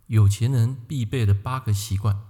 有钱人必备的8个习惯。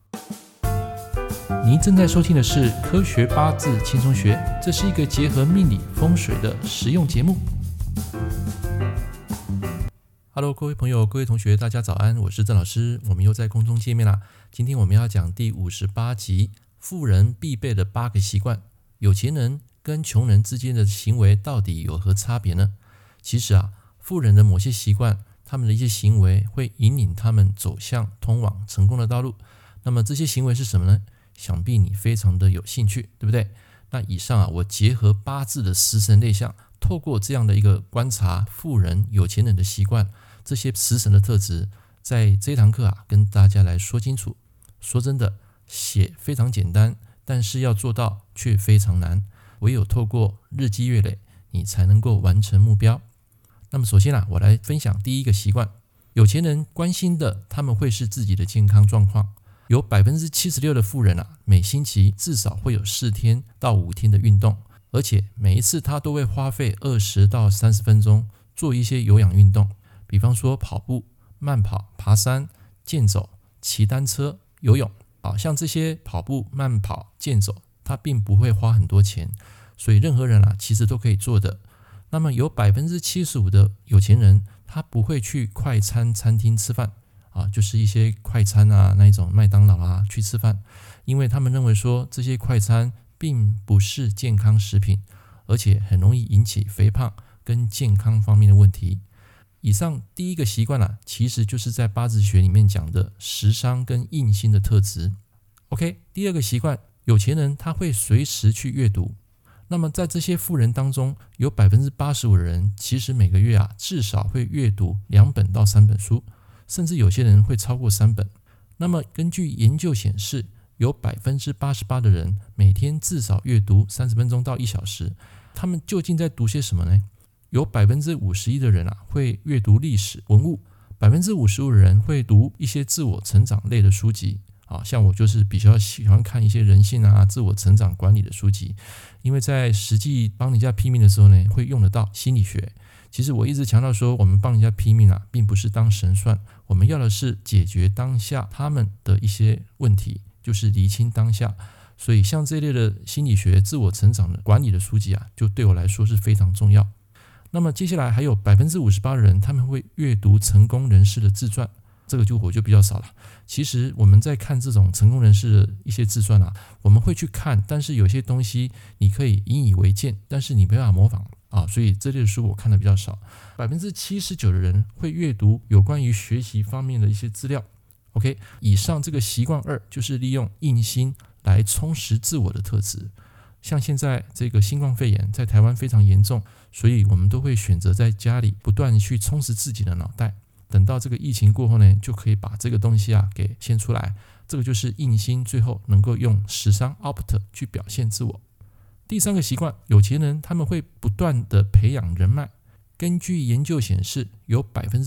您正在收听的是科学八字轻松学，这是一个结合命理风水的实用节目。Hello， 各位朋友，各位同学，大家早安，我是郑老师，我们又在空中见面啦。今天我们要讲第58集，富人必备的8个习惯。有钱人跟穷人之间的行为到底有何差别呢？其实富人的某些习惯，他们的一些行为会引领他们走向通往成功的道路。那么这些行为是什么呢？想必你非常的有兴趣，对不对？那以上我结合八字的食神类象，透过这样的一个观察富人、有钱人的习惯，这些食神的特质，在这堂课跟大家来说清楚。说真的，写非常简单，但是要做到却非常难。唯有透过日积月累，你才能够完成目标。那么首先我来分享第一个习惯。有钱人关心的，他们会是自己的健康状况。有 76% 的富人每星期至少会有4天到5天的运动，而且每一次他都会花费20到30分钟做一些有氧运动，比方说跑步、慢跑、爬山、健走、骑单车、游泳。像这些跑步、慢跑、健走，他并不会花很多钱，所以任何人其实都可以做的。那么有 75% 的有钱人，他不会去快餐餐厅吃饭，就是一些快餐那一种麦当劳去吃饭，因为他们认为说这些快餐并不是健康食品，而且很容易引起肥胖跟健康方面的问题。以上第一个习惯其实就是在八字学里面讲的食伤跟印星的特质。OK， 第二个习惯，有钱人他会随时去阅读。那么在这些富人当中，有 85% 的人其实每个月至少会阅读2本到3本书，甚至有些人会超过3本。那么根据研究显示，有 88% 的人每天至少阅读30分钟到1小时。他们究竟在读些什么呢？有 51% 的人会阅读历史文物， 55% 的人会读一些自我成长类的书籍。像我就是比较喜欢看一些人性自我成长管理的书籍，因为在实际帮人家批命的时候呢，会用得到心理学。其实我一直强调说，我们帮人家批命并不是当神算，我们要的是解决当下他们的一些问题，就是厘清当下。所以像这类的心理学、自我成长的管理的书籍就对我来说是非常重要。那么接下来还有 58% 的人，他们会阅读成功人士的自传，这个我就比较少了。其实我们在看这种成功人士的一些自传我们会去看，但是有些东西你可以引以为戒，但是你没办法模仿所以这类的书我看的比较少。 79% 的人会阅读有关于学习方面的一些资料。 OK， 以上这个习惯2就是利用印星来充实自我的特质。像现在这个新冠肺炎在台湾非常严重，所以我们都会选择在家里不断去充实自己的脑袋，等到这个疫情过后呢，就可以把这个东西给献出来。这个就是印星最后能够用食伤 opt 去表现自我。第3个习惯，有钱人他们会不断的培养人脉。根据研究显示，有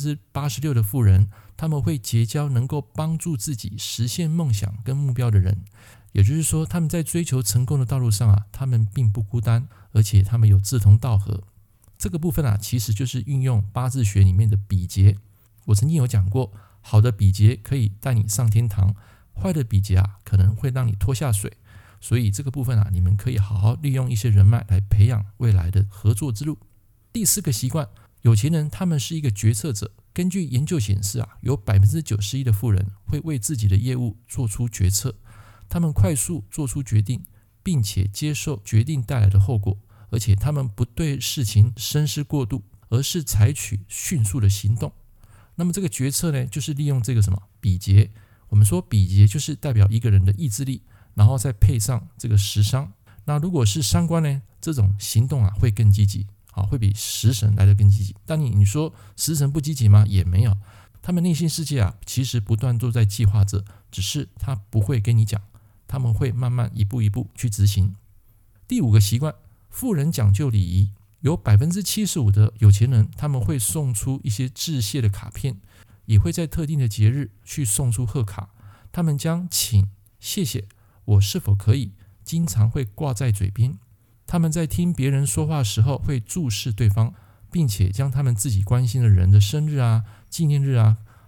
86% 的富人，他们会结交能够帮助自己实现梦想跟目标的人。也就是说，他们在追求成功的道路上他们并不孤单，而且他们有志同道合。这个部分其实就是运用八字学里面的比劫。我曾经有讲过，好的比劫可以带你上天堂，坏的比劫可能会让你拖下水。所以这个部分你们可以好好利用一些人脉来培养未来的合作之路。第4个习惯，有钱人他们是一个决策者。根据研究显示有 91% 的富人会为自己的业务做出决策，他们快速做出决定，并且接受决定带来的后果，而且他们不对事情深思过度，而是采取迅速的行动。那么这个决策呢，就是利用这个比劫。我们说比劫就是代表一个人的意志力，然后再配上这个食伤。那如果是伤官呢，这种行动会更积极，会比食神来得更积极。但你说食神不积极吗？也没有，他们内心世界其实不断都在计划着，只是他不会跟你讲，他们会慢慢一步一步去执行。第5个习惯，富人讲究礼仪。有 75% 的有钱人，他们会送出一些致谢的卡片，也会在特定的节日去送出贺卡。他们将请、谢谢、我是否可以经常会挂在嘴边。他们在听别人说话的时候会注视对方，并且将他们自己关心的人的生日纪念日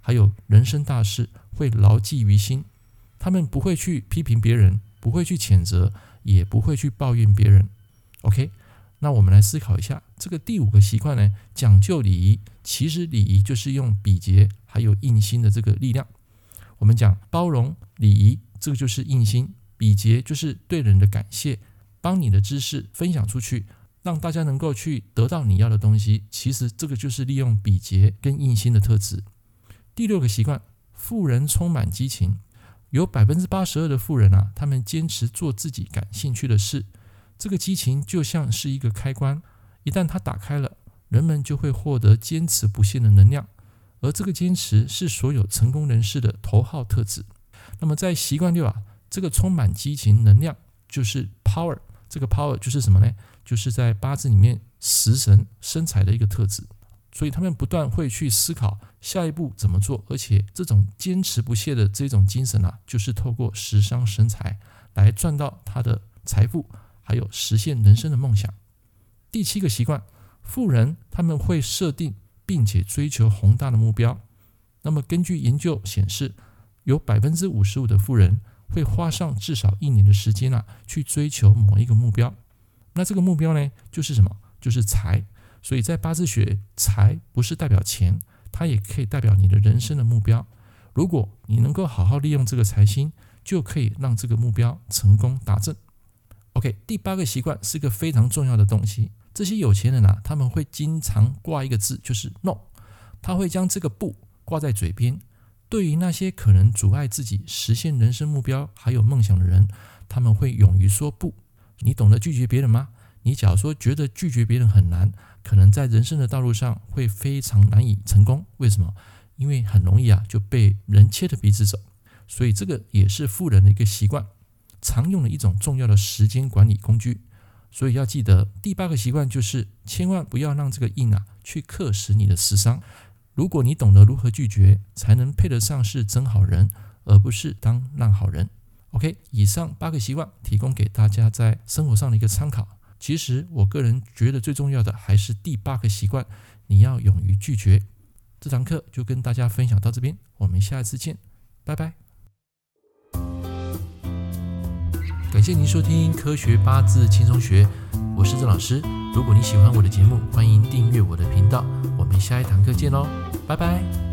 还有人生大事会牢记于心。他们不会去批评别人，不会去谴责，也不会去抱怨别人。OK， 那我们来思考一下，这个第5个习惯呢，讲究礼仪。其实礼仪就是用比劫还有印心的这个力量。我们讲包容礼仪，这个就是印心；比劫就是对人的感谢，帮你的知识分享出去，让大家能够去得到你要的东西。其实这个就是利用比劫跟印心的特质。第6个习惯，富人充满激情。有 82% 的富人他们坚持做自己感兴趣的事。这个激情就像是一个开关，一旦它打开了，人们就会获得坚持不懈的能量。而这个坚持是所有成功人士的头号特质。那么在习惯6这个充满激情能量就是 power。这个 power 就是什么呢？就是在八字里面食神生财的一个特质。所以他们不断会去思考下一步怎么做，而且这种坚持不懈的这种精神就是透过食伤生财来赚到他的财富，还有实现人生的梦想。第7个习惯，富人他们会设定并且追求宏大的目标。那么根据研究显示，有 55% 的富人会花上至少1年的时间去追求某一个目标。那这个目标呢，就是什么？就是财。所以在八字学，财不是代表钱，它也可以代表你的人生的目标。如果你能够好好利用这个财星，就可以让这个目标成功达成。OK， 第8个习惯是个非常重要的东西。这些有钱人他们会经常挂一个字，就是 no。 他会将这个不挂在嘴边。对于那些可能阻碍自己实现人生目标还有梦想的人，他们会勇于说不。你懂得拒绝别人吗？你假如说觉得拒绝别人很难，可能在人生的道路上会非常难以成功。为什么？因为很容易就被人切着鼻子走。所以这个也是富人的一个习惯，常用的一种重要的时间管理工具。所以要记得第8个习惯就是千万不要让这个印去克死你的食伤。如果你懂得如何拒绝，才能配得上是真好人，而不是当烂好人。OK， 以上8个习惯提供给大家在生活上的一个参考。其实我个人觉得最重要的还是第8个习惯，你要勇于拒绝。这堂课就跟大家分享到这边，我们下一次见，拜拜。感谢您收听科学八字轻松学，我是郑老师。如果你喜欢我的节目，欢迎订阅我的频道。我们下一堂课见喽，拜拜。